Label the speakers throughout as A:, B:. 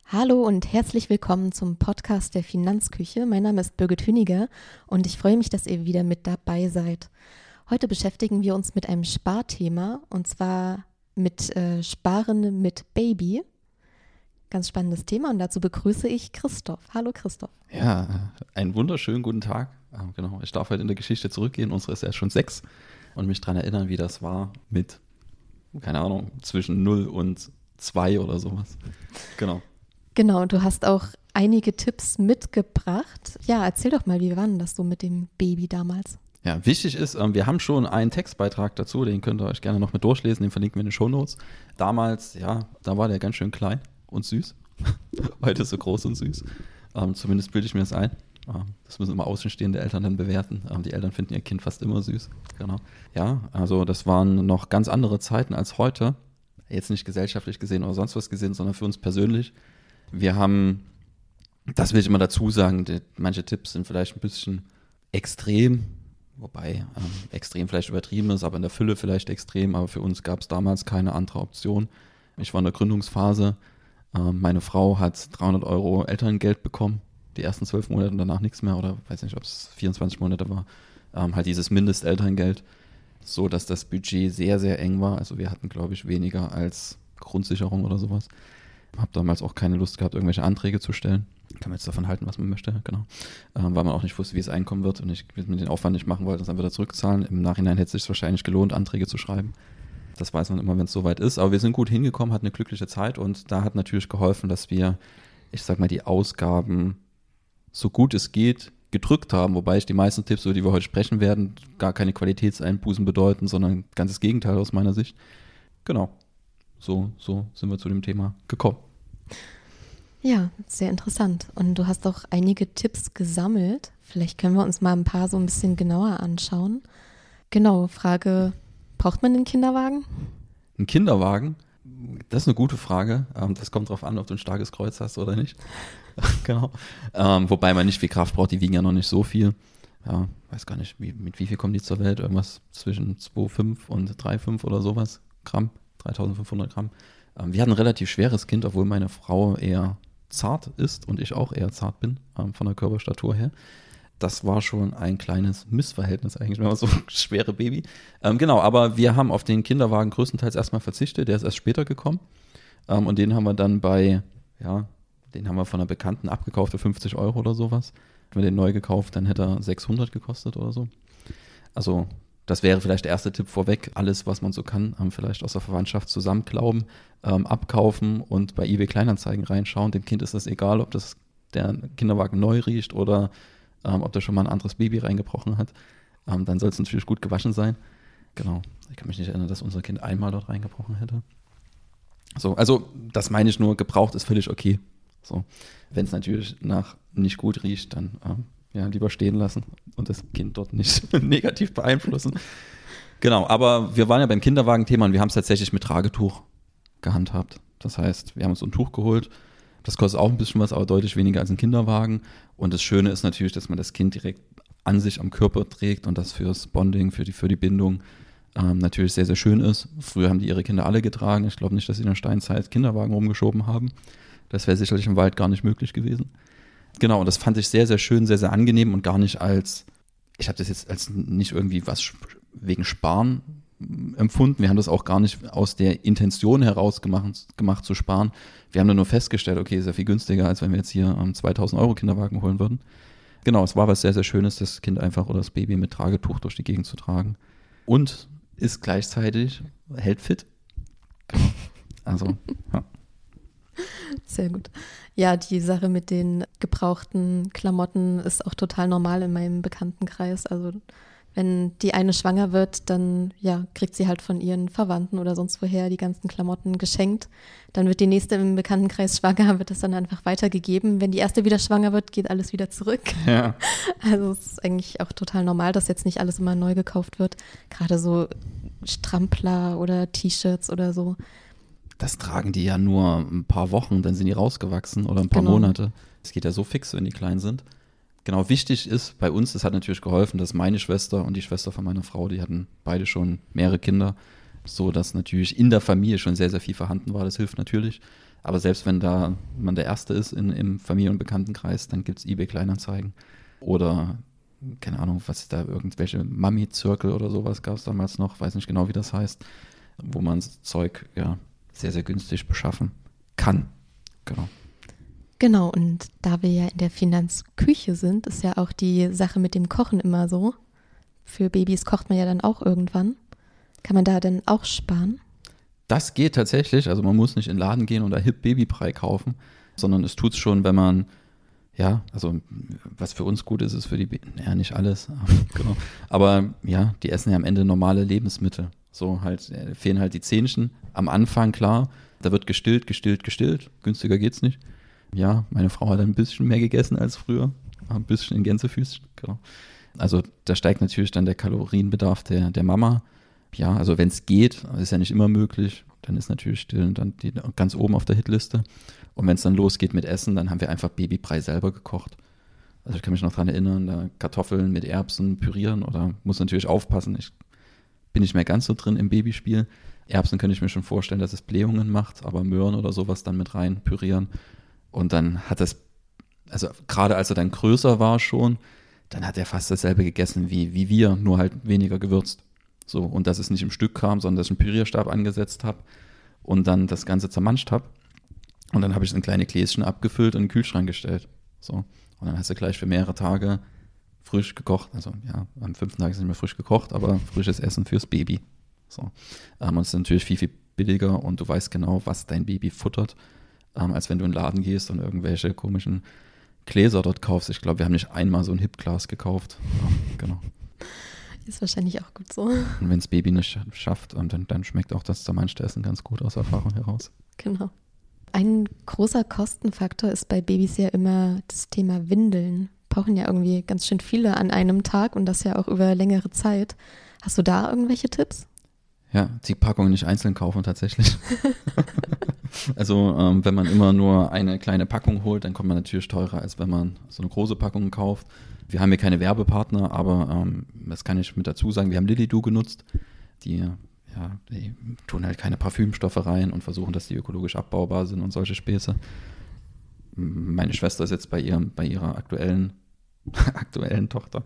A: Hallo und herzlich willkommen zum Podcast der Finanzküche. Mein Name ist Birgit Hüniger und ich freue mich, dass ihr wieder mit dabei seid. Heute beschäftigen wir uns mit einem Sparthema und zwar mit Sparen mit Baby. Ganz spannendes Thema und dazu begrüße ich Christoph. Hallo Christoph.
B: Ja, einen wunderschönen guten Tag. Genau, ich darf heute in der Geschichte zurückgehen. Unsere ist ja schon 6 und mich daran erinnern, wie das war mit, keine Ahnung, zwischen 0 und 2 oder sowas.
A: Genau, du hast auch einige Tipps mitgebracht. Ja, erzähl doch mal, wie war denn das so mit dem Baby damals?
B: Ja, wichtig ist, wir haben schon einen Textbeitrag dazu, den könnt ihr euch gerne noch mit durchlesen, den verlinken wir in den Shownotes. Damals, ja, da war der ganz schön klein und süß. Heute ist so groß und süß. Zumindest bilde ich mir das ein. Das müssen immer außenstehende Eltern dann bewerten. Die Eltern finden ihr Kind fast immer süß. Genau. Ja, also das waren noch ganz andere Zeiten als heute. Jetzt nicht gesellschaftlich gesehen oder sonst was gesehen, sondern für uns persönlich. Wir haben, das will ich immer dazu sagen, manche Tipps sind vielleicht ein bisschen extrem, wobei extrem vielleicht übertrieben ist, aber in der Fülle vielleicht extrem. Aber für uns gab es damals keine andere Option. Ich war in der Gründungsphase. Meine Frau hat 300 € Elterngeld bekommen, die ersten 12 Monate und danach nichts mehr, oder weiß nicht, ob es 24 Monate war. Halt dieses Mindestelterngeld, so dass das Budget sehr, sehr eng war. Also wir hatten, glaube ich, weniger als Grundsicherung oder sowas. Habe damals auch keine Lust gehabt, irgendwelche Anträge zu stellen. Kann man jetzt davon halten, was man möchte, genau. Weil man auch nicht wusste, wie es einkommen wird und ich mit den Aufwand nicht machen wollte, das dann wieder zurückzahlen. Im Nachhinein hätte es sich wahrscheinlich gelohnt, Anträge zu schreiben. Das weiß man immer, wenn es soweit ist. Aber wir sind gut hingekommen, hatten eine glückliche Zeit und da hat natürlich geholfen, dass wir, ich sag mal, die Ausgaben so gut es geht gedrückt haben. Wobei die meisten Tipps, über die wir heute sprechen werden, gar keine Qualitätseinbußen bedeuten, sondern ganzes Gegenteil aus meiner Sicht. Genau. So sind wir zu dem Thema gekommen.
A: Ja, sehr interessant. Und du hast auch einige Tipps gesammelt. Vielleicht können wir uns mal ein paar so ein bisschen genauer anschauen. Genau, Frage, braucht man einen Kinderwagen?
B: Ein Kinderwagen? Das ist eine gute Frage. Das kommt drauf an, ob du ein starkes Kreuz hast oder nicht. Genau. Wobei man nicht viel Kraft braucht, die wiegen ja noch nicht so viel. Ja, weiß gar nicht, mit wie viel kommen die zur Welt? Irgendwas zwischen 2,5 und 3,5 oder sowas Gramm. 3500 Gramm. Wir hatten ein relativ schweres Kind, obwohl meine Frau eher zart ist und ich auch eher zart bin, von der Körperstatur her. Das war schon ein kleines Missverhältnis eigentlich, wenn man so ein schwere Baby. Genau, aber wir haben auf den Kinderwagen größtenteils erstmal verzichtet, der ist erst später gekommen. Und den haben wir dann den haben wir von einer Bekannten abgekauft für 50 € oder sowas. Wenn wir den neu gekauft, dann hätte er 600 gekostet oder so. Also das wäre vielleicht der erste Tipp vorweg. Alles, was man so kann, vielleicht aus der Verwandtschaft zusammenklauben, abkaufen und bei eBay Kleinanzeigen reinschauen. Dem Kind ist das egal, ob das der Kinderwagen neu riecht oder ob da schon mal ein anderes Baby reingebrochen hat. Dann soll es natürlich gut gewaschen sein. Genau. Ich kann mich nicht erinnern, dass unser Kind einmal dort reingebrochen hätte. So, also das meine ich nur, gebraucht ist völlig okay. So, wenn es natürlich nach nicht gut riecht, dann lieber stehen lassen und das Kind dort nicht negativ beeinflussen. Genau, aber wir waren ja beim Kinderwagen-Thema und wir haben es tatsächlich mit Tragetuch gehandhabt. Das heißt, wir haben uns so ein Tuch geholt. Das kostet auch ein bisschen was, aber deutlich weniger als ein Kinderwagen. Und das Schöne ist natürlich, dass man das Kind direkt an sich am Körper trägt und das fürs Bonding, für die Bindung natürlich sehr, sehr schön ist. Früher haben die ihre Kinder alle getragen. Ich glaube nicht, dass sie in der Steinzeit Kinderwagen rumgeschoben haben. Das wäre sicherlich im Wald gar nicht möglich gewesen. Genau, und das fand ich sehr, sehr schön, sehr, sehr angenehm und gar nicht ich habe das jetzt als nicht irgendwie was wegen Sparen empfunden. Wir haben das auch gar nicht aus der Intention heraus gemacht zu sparen. Wir haben nur festgestellt, okay, ist ja viel günstiger, als wenn wir jetzt hier 2.000 € Kinderwagen holen würden. Genau, es war was sehr, sehr Schönes, das Kind einfach oder das Baby mit Tragetuch durch die Gegend zu tragen. Und ist gleichzeitig, hält fit. Genau. Also, ja.
A: Sehr gut. Ja, die Sache mit den gebrauchten Klamotten ist auch total normal in meinem Bekanntenkreis. Also wenn die eine schwanger wird, dann kriegt sie halt von ihren Verwandten oder sonst woher die ganzen Klamotten geschenkt. Dann wird die nächste im Bekanntenkreis schwanger, wird das dann einfach weitergegeben. Wenn die erste wieder schwanger wird, geht alles wieder zurück.
B: Ja.
A: Also es ist eigentlich auch total normal, dass jetzt nicht alles immer neu gekauft wird. Gerade so Strampler oder T-Shirts oder so.
B: Das tragen die ja nur ein paar Wochen, dann sind die rausgewachsen oder ein paar Monate. Es geht ja so fix, wenn die klein sind. Genau, wichtig ist bei uns, das hat natürlich geholfen, dass meine Schwester und die Schwester von meiner Frau, die hatten beide schon mehrere Kinder, so dass natürlich in der Familie schon sehr, sehr viel vorhanden war. Das hilft natürlich. Aber selbst wenn da man der Erste ist im Familien- und Bekanntenkreis, dann gibt es eBay-Kleinanzeigen. Oder, keine Ahnung, was ist da, irgendwelche Mami-Zirkel oder sowas gab es damals noch, weiß nicht genau, wie das heißt, wo man das Zeug ja sehr, sehr günstig beschaffen kann. Genau.
A: Genau, und da wir ja in der Finanzküche sind, ist ja auch die Sache mit dem Kochen immer so. Für Babys kocht man ja dann auch irgendwann. Kann man da denn auch sparen?
B: Das geht tatsächlich, also man muss nicht in den Laden gehen und da Hip Babybrei kaufen, sondern es tut es schon, wenn man, ja, also was für uns gut ist, ist für die ja nicht alles, genau. Aber ja, die essen ja am Ende normale Lebensmittel. So halt, fehlen halt die Zähnchen. Am Anfang, klar, da wird gestillt. Günstiger geht's nicht. Ja, meine Frau hat ein bisschen mehr gegessen als früher. Ein bisschen in Gänsefüßchen, genau. Also da steigt natürlich dann der Kalorienbedarf der Mama. Ja, also wenn es geht, ist ja nicht immer möglich, dann ist natürlich Stillen dann ganz oben auf der Hitliste. Und wenn es dann losgeht mit Essen, dann haben wir einfach Babybrei selber gekocht. Also ich kann mich noch daran erinnern, da Kartoffeln mit Erbsen pürieren oder muss natürlich aufpassen, ich bin nicht mehr ganz so drin im Babyspiel. Erbsen könnte ich mir schon vorstellen, dass es Blähungen macht, aber Möhren oder sowas dann mit rein pürieren. Und dann hat das, also gerade als er dann größer war schon, dann hat er fast dasselbe gegessen wie wir, nur halt weniger gewürzt. So, und dass es nicht im Stück kam, sondern dass ich einen Pürierstab angesetzt habe und dann das Ganze zermanscht habe. Und dann habe ich es in kleine Gläschen abgefüllt und in den Kühlschrank gestellt. So. Und dann hast du gleich für mehrere Tage frisch gekocht. Also ja, am 5. Tag ist es nicht mehr frisch gekocht, aber frisches Essen fürs Baby. So. Und es ist natürlich viel, viel billiger und du weißt genau, was dein Baby futtert, als wenn du in den Laden gehst und irgendwelche komischen Gläser dort kaufst. Ich glaube, wir haben nicht einmal so ein Hip-Glas gekauft. Genau.
A: Ist wahrscheinlich auch gut so.
B: Und wenn das Baby nicht schafft, dann schmeckt auch das zermanschte Essen ganz gut aus Erfahrung heraus.
A: Genau. Ein großer Kostenfaktor ist bei Babys ja immer das Thema Windeln. Brauchen ja irgendwie ganz schön viele an einem Tag und das ja auch über längere Zeit. Hast du da irgendwelche Tipps?
B: Ja, die Packungen nicht einzeln kaufen tatsächlich. Also wenn man immer nur eine kleine Packung holt, dann kommt man natürlich teurer, als wenn man so eine große Packung kauft. Wir haben hier keine Werbepartner, aber das kann ich mit dazu sagen, wir haben Lilidoo genutzt. Die tun halt keine Parfümstoffe rein und versuchen, dass die ökologisch abbaubar sind und solche Späße. Meine Schwester ist jetzt bei ihrer aktuellen Tochter,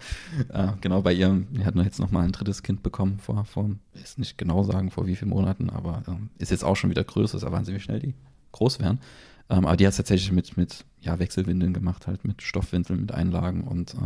B: die hat jetzt nochmal ein drittes Kind bekommen vor, ist nicht genau sagen, vor wie vielen Monaten, aber ist jetzt auch schon wieder größer, ist ja wahnsinnig schnell, die groß werden. Aber die hat es tatsächlich mit Wechselwindeln gemacht, halt mit Stoffwindeln, mit Einlagen und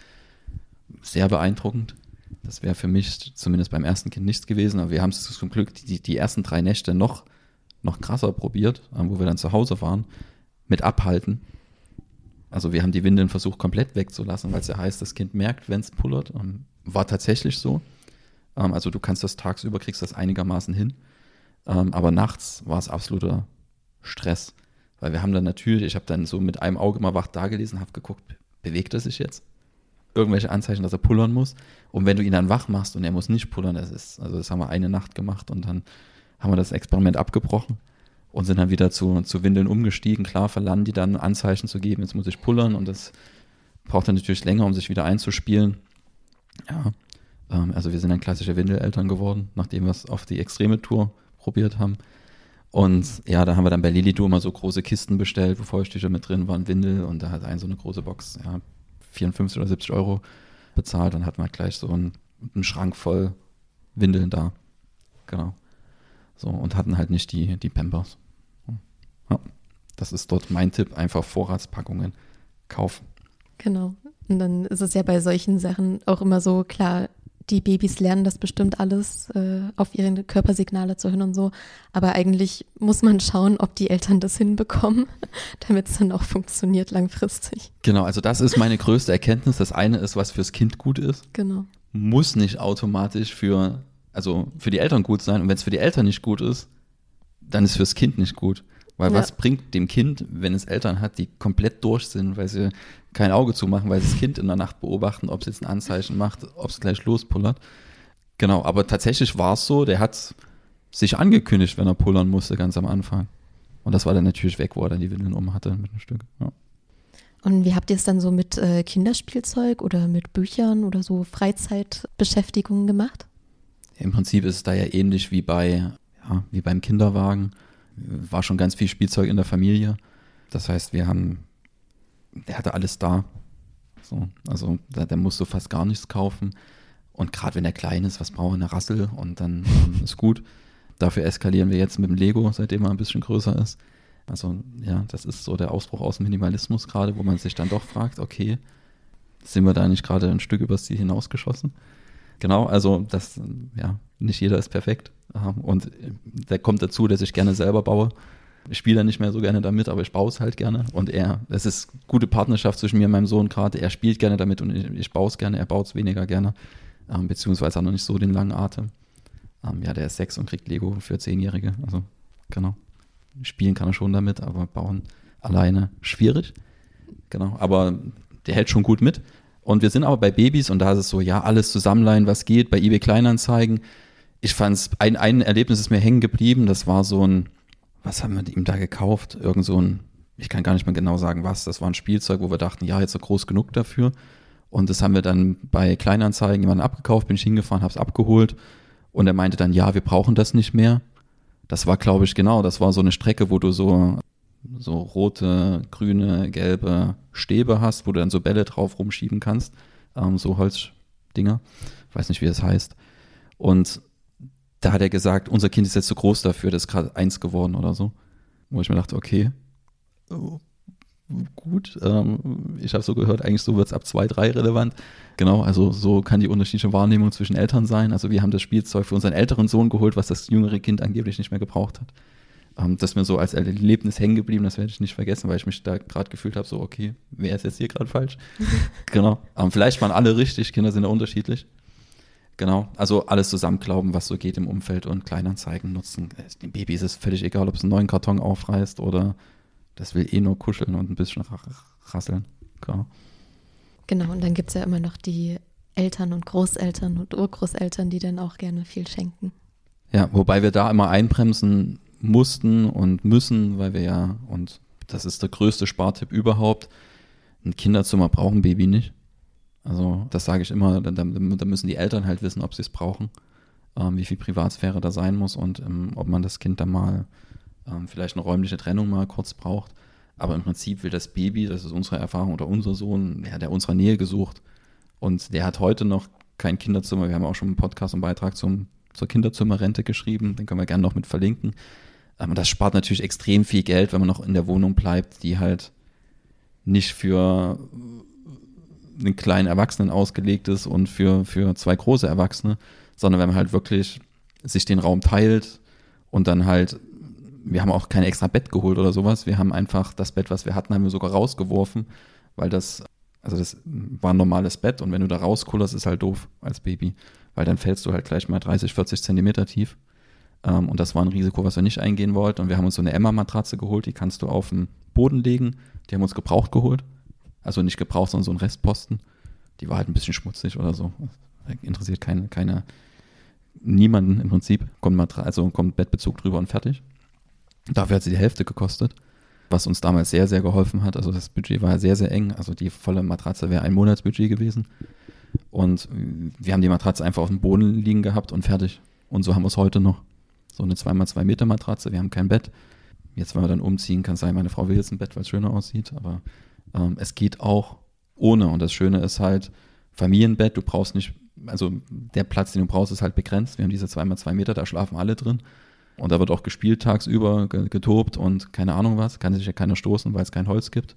B: sehr beeindruckend. Das wäre für mich zumindest beim ersten Kind nichts gewesen, aber wir haben es zum Glück die ersten 3 Nächte noch krasser probiert, wo wir dann zu Hause waren, mit Abhalten. Also wir haben die Windeln versucht komplett wegzulassen, weil es ja heißt, das Kind merkt, wenn es pullert. War tatsächlich so. Also du kannst das tagsüber, kriegst das einigermaßen hin. Aber nachts war es absoluter Stress. Weil wir haben dann natürlich, ich habe dann so mit einem Auge mal wach da gelesen, habe geguckt, bewegt er sich jetzt? Irgendwelche Anzeichen, dass er pullern muss. Und wenn du ihn dann wach machst und er muss nicht pullern, das haben wir eine Nacht gemacht und dann haben wir das Experiment abgebrochen und sind dann wieder zu Windeln umgestiegen. Klar verlernen die dann Anzeichen zu geben, jetzt muss ich pullern und das braucht dann natürlich länger, um sich wieder einzuspielen. Ja, also wir sind dann klassische Windeleltern geworden, nachdem wir es auf die extreme Tour probiert haben. Und ja, da haben wir dann bei Lilidoo immer so große Kisten bestellt, wo Feuchttücher mit drin waren, Windel und da hat so eine große Box, 54 oder 70 Euro bezahlt. Dann hatten wir gleich so einen Schrank voll Windeln da. Genau. So, und hatten halt nicht die Pampers. Ja, das ist dort mein Tipp, einfach Vorratspackungen kaufen.
A: Genau. Und dann ist es ja bei solchen Sachen auch immer so, klar, die Babys lernen das bestimmt alles, auf ihre Körpersignale zu hören und so. Aber eigentlich muss man schauen, ob die Eltern das hinbekommen, damit es dann auch funktioniert langfristig.
B: Genau, also das ist meine größte Erkenntnis. Das eine ist, was fürs Kind gut ist.
A: Genau.
B: Muss nicht automatisch für die Eltern gut sein. Und wenn es für die Eltern nicht gut ist, dann ist fürs Kind nicht gut. Weil was bringt dem Kind, wenn es Eltern hat, die komplett durch sind, weil sie kein Auge zumachen, weil sie das Kind in der Nacht beobachten, ob es jetzt ein Anzeichen macht, ob es gleich lospullert. Genau, aber tatsächlich war es so, der hat sich angekündigt, wenn er pullern musste, ganz am Anfang. Und das war dann natürlich weg, wo er dann die Windeln um hatte mit einem Stück. Ja.
A: Und wie habt ihr es dann so mit Kinderspielzeug oder mit Büchern oder so Freizeitbeschäftigungen gemacht?
B: Im Prinzip ist es da ja ähnlich wie beim Kinderwagen. war schon ganz viel Spielzeug in der Familie. Das heißt, der hatte alles da. So, also der musste fast gar nichts kaufen. Und gerade wenn er klein ist, was braucht er? Eine Rassel und dann ist gut. Dafür eskalieren wir jetzt mit dem Lego, seitdem er ein bisschen größer ist. Also ja, das ist so der Ausbruch aus dem Minimalismus gerade, wo man sich dann doch fragt, okay, sind wir da nicht gerade ein Stück übers Ziel hinausgeschossen? Genau, also nicht jeder ist perfekt. Und der kommt dazu, dass ich gerne selber baue. Ich spiele da nicht mehr so gerne damit, aber ich baue es halt gerne. Und das ist gute Partnerschaft zwischen mir und meinem Sohn gerade. Er spielt gerne damit und ich baue es gerne, er baut es weniger gerne. Beziehungsweise hat noch nicht so den langen Atem. Der ist 6 und kriegt Lego für 10-Jährige. Also genau. Spielen kann er schon damit, aber bauen alleine schwierig. Genau, aber der hält schon gut mit. Und wir sind aber bei Babys und da ist es so, ja, alles zusammenleihen, was geht, bei eBay Kleinanzeigen. Ich fand's, ein Erlebnis ist mir hängen geblieben, das war so ein, was haben wir ihm da gekauft? Irgend so ein, ich kann gar nicht mehr genau sagen was, das war ein Spielzeug, wo wir dachten, ja, jetzt so groß genug dafür. Und das haben wir dann bei Kleinanzeigen jemanden abgekauft, bin ich hingefahren, hab's abgeholt und er meinte dann, ja, wir brauchen das nicht mehr. Das war, glaube ich, das war so eine Strecke, wo du so rote, grüne, gelbe Stäbe hast, wo du dann so Bälle drauf rumschieben kannst, so Holzdinger, ich weiß nicht, wie das heißt. Und da hat er gesagt, unser Kind ist jetzt zu groß dafür, das ist gerade 1 geworden oder so. Wo ich mir dachte, okay, gut, ich habe so gehört, eigentlich so wird es ab 2, 3 relevant. Genau, also so kann die unterschiedliche Wahrnehmung zwischen Eltern sein. Also wir haben das Spielzeug für unseren älteren Sohn geholt, was das jüngere Kind angeblich nicht mehr gebraucht hat. Das ist mir so als Erlebnis hängen geblieben, das werde ich nicht vergessen, weil ich mich da gerade gefühlt habe, so okay, wer ist jetzt hier gerade falsch? Genau, vielleicht waren alle richtig, Kinder sind ja unterschiedlich. Genau, also alles zusammenklauben, was so geht im Umfeld und Kleinanzeigen nutzen. Dem Baby ist es völlig egal, ob es einen neuen Karton aufreißt oder das will nur kuscheln und ein bisschen rasseln.
A: Genau, und dann gibt es ja immer noch die Eltern und Großeltern und Urgroßeltern, die dann auch gerne viel schenken.
B: Ja, wobei wir da immer einbremsen mussten und müssen, weil wir und das ist der größte Spartipp überhaupt, ein Kinderzimmer braucht ein Baby nicht. Also das sage ich immer, da müssen die Eltern halt wissen, ob sie es brauchen, wie viel Privatsphäre da sein muss und ob man das Kind dann mal vielleicht eine räumliche Trennung mal kurz braucht. Aber im Prinzip will das Baby, das ist unsere Erfahrung oder unser Sohn, der hat unserer Nähe gesucht und der hat heute noch kein Kinderzimmer. Wir haben auch schon einen Podcast und Beitrag zur Kinderzimmerrente geschrieben, den können wir gerne noch mit verlinken. Und das spart natürlich extrem viel Geld, wenn man noch in der Wohnung bleibt, die halt nicht für einen kleinen Erwachsenen ausgelegt ist und für 2 große Erwachsene, sondern wenn man halt wirklich sich den Raum teilt und dann halt, wir haben auch kein extra Bett geholt oder sowas, wir haben einfach das Bett, was wir hatten, haben wir sogar rausgeworfen, weil das war ein normales Bett und wenn du da rauskullerst, ist halt doof als Baby, weil dann fällst du halt gleich mal 30, 40 Zentimeter tief. Und das war ein Risiko, was wir nicht eingehen wollten. Und wir haben uns so eine Emma-Matratze geholt, die kannst du auf den Boden legen. Die haben wir uns gebraucht geholt. Also nicht gebraucht, sondern so ein Restposten. Die war halt ein bisschen schmutzig oder so. Interessiert niemanden im Prinzip. Kommt Bettbezug drüber und fertig. Dafür hat sie die Hälfte gekostet, was uns damals sehr, sehr geholfen hat. Also das Budget war sehr, sehr eng. Also die volle Matratze wäre ein Monatsbudget gewesen. Und wir haben die Matratze einfach auf dem Boden liegen gehabt und fertig. Und so haben wir es heute noch. So eine 2x2 Meter Matratze, wir haben kein Bett. Jetzt, wenn wir dann umziehen, kann es sein, meine Frau will jetzt ein Bett, weil es schöner aussieht, aber es geht auch ohne. Und das Schöne ist halt, Familienbett, du brauchst nicht, also der Platz, den du brauchst, ist halt begrenzt. Wir haben diese 2x2 Meter, da schlafen alle drin. Und da wird auch gespielt tagsüber, getobt und keine Ahnung was, kann sich ja keiner stoßen, weil es kein Holz gibt.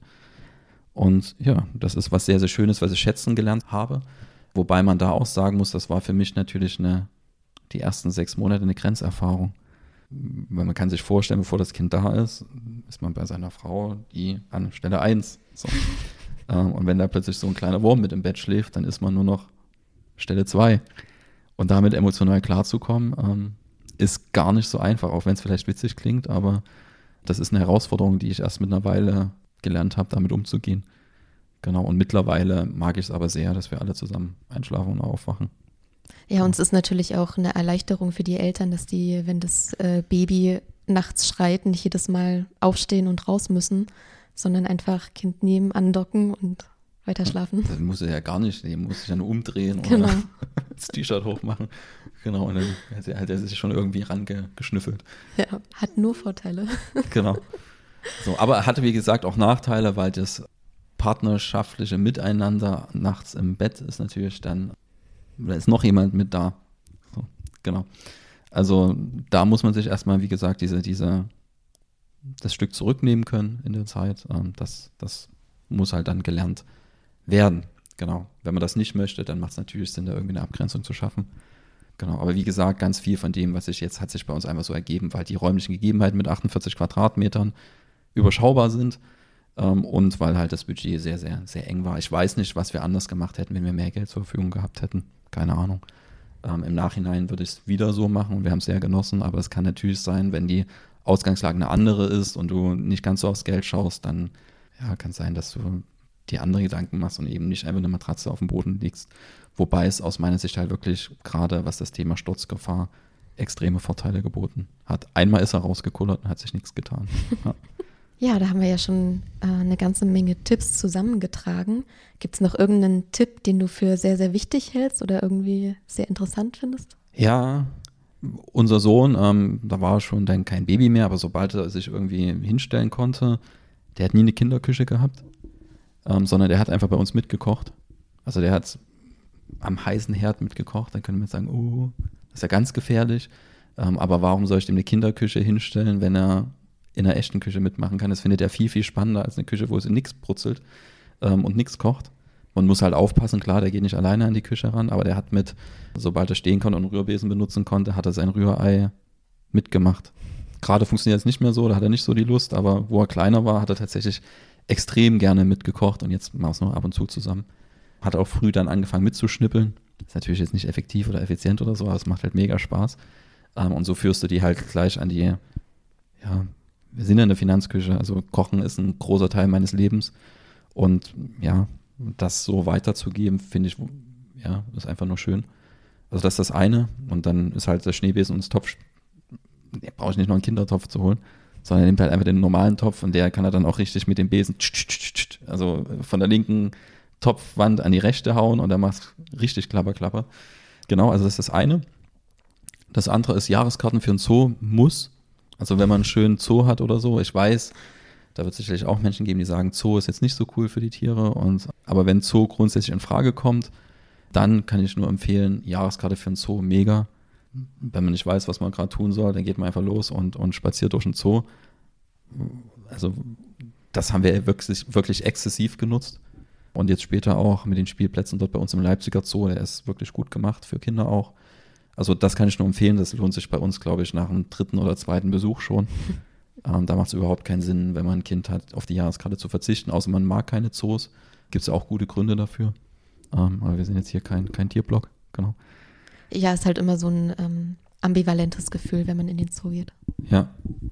B: Und ja, das ist was sehr, sehr Schönes, was ich schätzen gelernt habe. Wobei man da auch sagen muss, das war für mich natürlich die ersten 6 Monate eine Grenzerfahrung. Weil man kann sich vorstellen, bevor das Kind da ist man bei seiner Frau, die an Stelle 1. So. Und wenn da plötzlich so ein kleiner Wurm mit im Bett schläft, dann ist man nur noch Stelle 2. Und damit emotional klarzukommen, ist gar nicht so einfach, auch wenn es vielleicht witzig klingt, aber das ist eine Herausforderung, die ich erst mit einer Weile gelernt habe, damit umzugehen. Genau, und mittlerweile mag ich es aber sehr, dass wir alle zusammen einschlafen und aufwachen.
A: Ja, und es ist natürlich auch eine Erleichterung für die Eltern, dass die, wenn das Baby nachts schreit, nicht jedes Mal aufstehen und raus müssen, sondern einfach Kind nehmen, andocken und weiter schlafen.
B: Das muss er ja gar nicht, der muss sich ja nur umdrehen
A: Genau.
B: oder das T-Shirt hochmachen. Genau, und dann hat er sich schon irgendwie rangeschnüffelt.
A: Ja, hat nur Vorteile.
B: Genau. So, aber er hatte, wie gesagt, auch Nachteile, weil das partnerschaftliche Miteinander nachts im Bett ist natürlich dann, da ist noch jemand mit da. So, genau. Also da muss man sich erstmal, wie gesagt, das Stück zurücknehmen können in der Zeit. Das muss halt dann gelernt werden. Genau. Wenn man das nicht möchte, dann macht es natürlich Sinn, da irgendwie eine Abgrenzung zu schaffen. Genau. Aber wie gesagt, ganz viel von dem, was hat sich bei uns einfach so ergeben, weil die räumlichen Gegebenheiten mit 48 Quadratmetern überschaubar sind und weil halt das Budget sehr, sehr, sehr eng war. Ich weiß nicht, was wir anders gemacht hätten, wenn wir mehr Geld zur Verfügung gehabt hätten. Keine Ahnung. Im Nachhinein würde ich es wieder so machen und wir haben es sehr genossen, aber es kann natürlich sein, wenn die Ausgangslage eine andere ist und du nicht ganz so aufs Geld schaust, dann kann es sein, dass du dir andere Gedanken machst und eben nicht einfach eine Matratze auf dem Boden legst. Wobei es aus meiner Sicht halt wirklich, gerade was das Thema Sturzgefahr, extreme Vorteile geboten hat. Einmal ist er rausgekullert und hat sich nichts getan. Ja.
A: Ja, da haben wir ja schon eine ganze Menge Tipps zusammengetragen. Gibt es noch irgendeinen Tipp, den du für sehr, sehr wichtig hältst oder irgendwie sehr interessant findest?
B: Ja, unser Sohn, da war schon dann kein Baby mehr, aber sobald er sich irgendwie hinstellen konnte, der hat nie eine Kinderküche gehabt, sondern der hat einfach bei uns mitgekocht. Also der hat am heißen Herd mitgekocht. Dann können wir jetzt sagen, oh, das ist ja ganz gefährlich. Aber warum soll ich dem eine Kinderküche hinstellen, wenn er in einer echten Küche mitmachen kann? Das findet er viel, viel spannender als eine Küche, wo es nichts brutzelt und nichts kocht. Man muss halt aufpassen, klar, der geht nicht alleine an die Küche ran, aber der hat sobald er stehen konnte und einen Rührbesen benutzen konnte, hat er sein Rührei mitgemacht. Gerade funktioniert es nicht mehr so, da hat er nicht so die Lust, aber wo er kleiner war, hat er tatsächlich extrem gerne mitgekocht und jetzt machen wir es noch ab und zu zusammen. Hat auch früh dann angefangen mitzuschnippeln. Ist natürlich jetzt nicht effektiv oder effizient oder so, aber es macht halt mega Spaß. Und so führst du die halt gleich an die, wir sind ja in der Finanzküche, also Kochen ist ein großer Teil meines Lebens und das so weiterzugeben, finde ich, ist einfach nur schön. Also das ist das eine und dann ist halt der Schneebesen und das Topf, brauche ich nicht noch einen Kindertopf zu holen, sondern er nimmt halt einfach den normalen Topf und der kann er dann auch richtig mit dem Besen, also von der linken Topfwand an die rechte hauen und dann macht es richtig klapper. Genau, also das ist das eine. Das andere ist Jahreskarten für einen Zoo muss. Also wenn man einen schönen Zoo hat oder so, ich weiß, da wird es sicherlich auch Menschen geben, die sagen, Zoo ist jetzt nicht so cool für die Tiere. Aber wenn Zoo grundsätzlich in Frage kommt, dann kann ich nur empfehlen, Jahreskarte für einen Zoo, mega. Wenn man nicht weiß, was man gerade tun soll, dann geht man einfach los und spaziert durch den Zoo. Also das haben wir wirklich, wirklich exzessiv genutzt. Und jetzt später auch mit den Spielplätzen dort bei uns im Leipziger Zoo, der ist wirklich gut gemacht, für Kinder auch. Also das kann ich nur empfehlen, das lohnt sich bei uns, glaube ich, nach dem 3. oder 2. Besuch schon. Da macht es überhaupt keinen Sinn, wenn man ein Kind hat, auf die Jahreskarte zu verzichten, außer man mag keine Zoos. Gibt es ja auch gute Gründe dafür. Aber wir sind jetzt hier kein Tierblock, genau.
A: Ja, ist halt immer so ein ambivalentes Gefühl, wenn man in den Zoo geht.
B: Ja,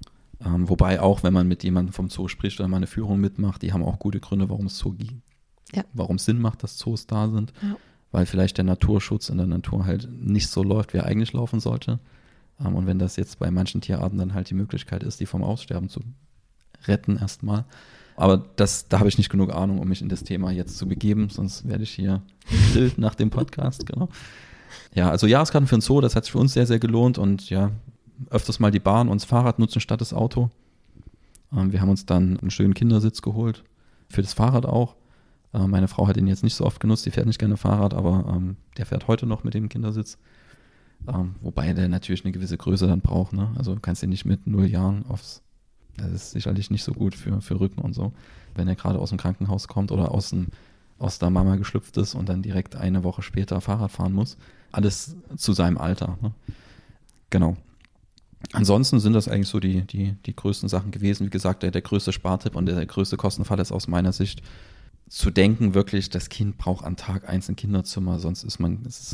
B: wobei auch, wenn man mit jemandem vom Zoo spricht oder mal eine Führung mitmacht, die haben auch gute Gründe, warum es Zoo gibt. Ja. Warum es Sinn macht, dass Zoos da sind. Ja. Weil vielleicht der Naturschutz in der Natur halt nicht so läuft, wie er eigentlich laufen sollte. Und wenn das jetzt bei manchen Tierarten dann halt die Möglichkeit ist, die vom Aussterben zu retten erstmal. Aber da habe ich nicht genug Ahnung, um mich in das Thema jetzt zu begeben, sonst werde ich hier gegrillt nach dem Podcast, genau. Ja, also Jahreskarten für ein Zoo, das hat sich für uns sehr, sehr gelohnt und öfters mal die Bahn und das Fahrrad nutzen statt das Auto. Wir haben uns dann einen schönen Kindersitz geholt, für das Fahrrad auch. Meine Frau hat ihn jetzt nicht so oft genutzt, die fährt nicht gerne Fahrrad, aber der fährt heute noch mit dem Kindersitz. Wobei der natürlich eine gewisse Größe dann braucht, ne? Also du kannst ihn nicht mit 0 Jahren das ist sicherlich nicht so gut für Rücken und so. Wenn er gerade aus dem Krankenhaus kommt oder aus der Mama geschlüpft ist und dann direkt eine Woche später Fahrrad fahren muss. Alles zu seinem Alter, ne? Genau. Ansonsten sind das eigentlich so die größten Sachen gewesen. Wie gesagt, der größte Spartipp und der größte Kostenfall ist aus meiner Sicht, zu denken wirklich, das Kind braucht an Tag 1 ein Kinderzimmer, sonst ist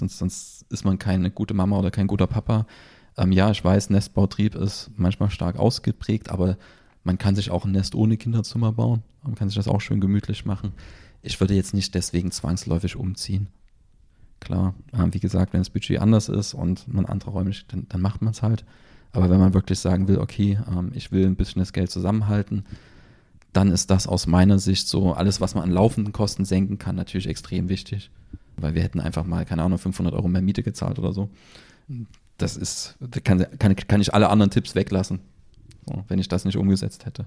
B: man keine gute Mama oder kein guter Papa. Ja, ich weiß, Nestbautrieb ist manchmal stark ausgeprägt, aber man kann sich auch ein Nest ohne Kinderzimmer bauen. Man kann sich das auch schön gemütlich machen. Ich würde jetzt nicht deswegen zwangsläufig umziehen. Klar, wie gesagt, wenn das Budget anders ist und man andere Räume nicht, dann macht man es halt. Aber wenn man wirklich sagen will, okay, ich will ein bisschen das Geld zusammenhalten, dann ist das aus meiner Sicht so, alles, was man an laufenden Kosten senken kann, natürlich extrem wichtig. Weil wir hätten einfach mal, keine Ahnung, 500 € mehr Miete gezahlt oder so. Das ist, da kann ich alle anderen Tipps weglassen, so, wenn ich das nicht umgesetzt hätte.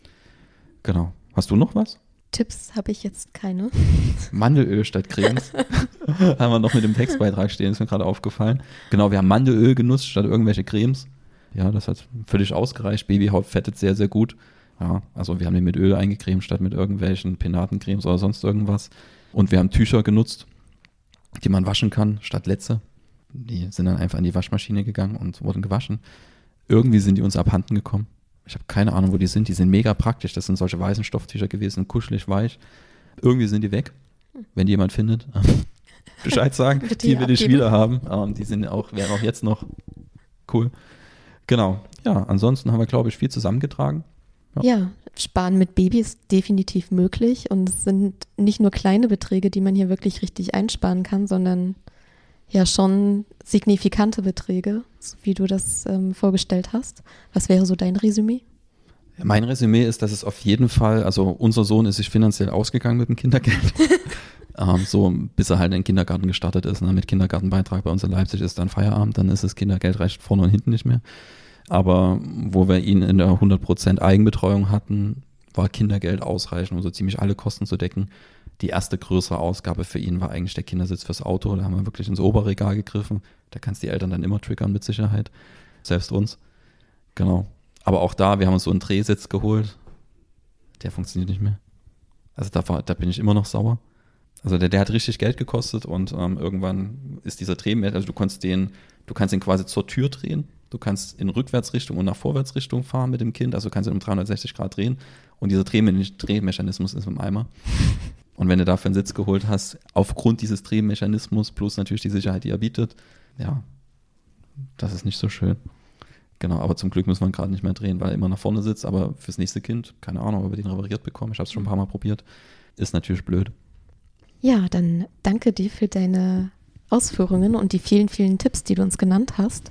B: Genau. Hast du noch was?
A: Tipps habe ich jetzt keine.
B: Mandelöl statt Cremes. Haben wir noch mit dem Textbeitrag stehen, ist mir gerade aufgefallen. Genau, wir haben Mandelöl genutzt statt irgendwelche Cremes. Ja, das hat völlig ausgereicht. Babyhaut fettet sehr, sehr gut. Ja, also wir haben den mit Öl eingecremt statt mit irgendwelchen Penatencremes oder sonst irgendwas. Und wir haben Tücher genutzt, die man waschen kann, statt Letze. Die sind dann einfach in die Waschmaschine gegangen und wurden gewaschen. Irgendwie sind die uns abhanden gekommen. Ich habe keine Ahnung, wo die sind. Die sind mega praktisch. Das sind solche weißen Stofftücher gewesen, kuschelig, weich. Irgendwie sind die weg. Wenn die jemand findet, Bescheid sagen. Die will ich wieder haben. Die sind auch, wären auch jetzt noch cool. Genau. Ja, ansonsten haben wir, glaube ich, viel zusammengetragen.
A: Ja, Sparen mit Baby ist definitiv möglich und es sind nicht nur kleine Beträge, die man hier wirklich richtig einsparen kann, sondern ja schon signifikante Beträge, so wie du das vorgestellt hast. Was wäre so dein Resümee?
B: Ja, mein Resümee ist, dass es auf jeden Fall, also unser Sohn ist sich finanziell ausgegangen mit dem Kindergeld. So bis er halt in den Kindergarten gestartet ist, ne, mit Kindergartenbeitrag bei uns in Leipzig ist dann Feierabend, dann ist das Kindergeld reicht vorne und hinten nicht mehr. Aber wo wir ihn in der 100% Eigenbetreuung hatten, war Kindergeld ausreichend, um so ziemlich alle Kosten zu decken. Die erste größere Ausgabe für ihn war eigentlich der Kindersitz fürs Auto. Da haben wir wirklich ins Oberregal gegriffen. Da kannst du die Eltern dann immer triggern mit Sicherheit. Selbst uns. Genau. Aber auch da, wir haben uns so einen Drehsitz geholt. Der funktioniert nicht mehr. Also da bin ich immer noch sauer. Also der hat richtig Geld gekostet und irgendwann ist dieser Drehmesser, also du kannst den quasi zur Tür drehen. Du kannst in Rückwärtsrichtung und nach Vorwärtsrichtung fahren mit dem Kind, also kannst du um 360 Grad drehen und dieser Drehmechanismus ist im Eimer. Und wenn du dafür einen Sitz geholt hast, aufgrund dieses Drehmechanismus plus natürlich die Sicherheit, die er bietet, ja, das ist nicht so schön. Genau, aber zum Glück müssen wir gerade nicht mehr drehen, weil er immer nach vorne sitzt, aber fürs nächste Kind, keine Ahnung, ob wir den repariert bekommen, ich habe es schon ein paar Mal probiert, ist natürlich blöd.
A: Ja, dann danke dir für deine Ausführungen und die vielen, vielen Tipps, die du uns genannt hast.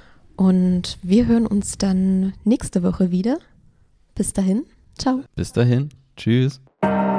A: Und wir hören uns dann nächste Woche wieder. Bis dahin, ciao.
B: Bis dahin, tschüss.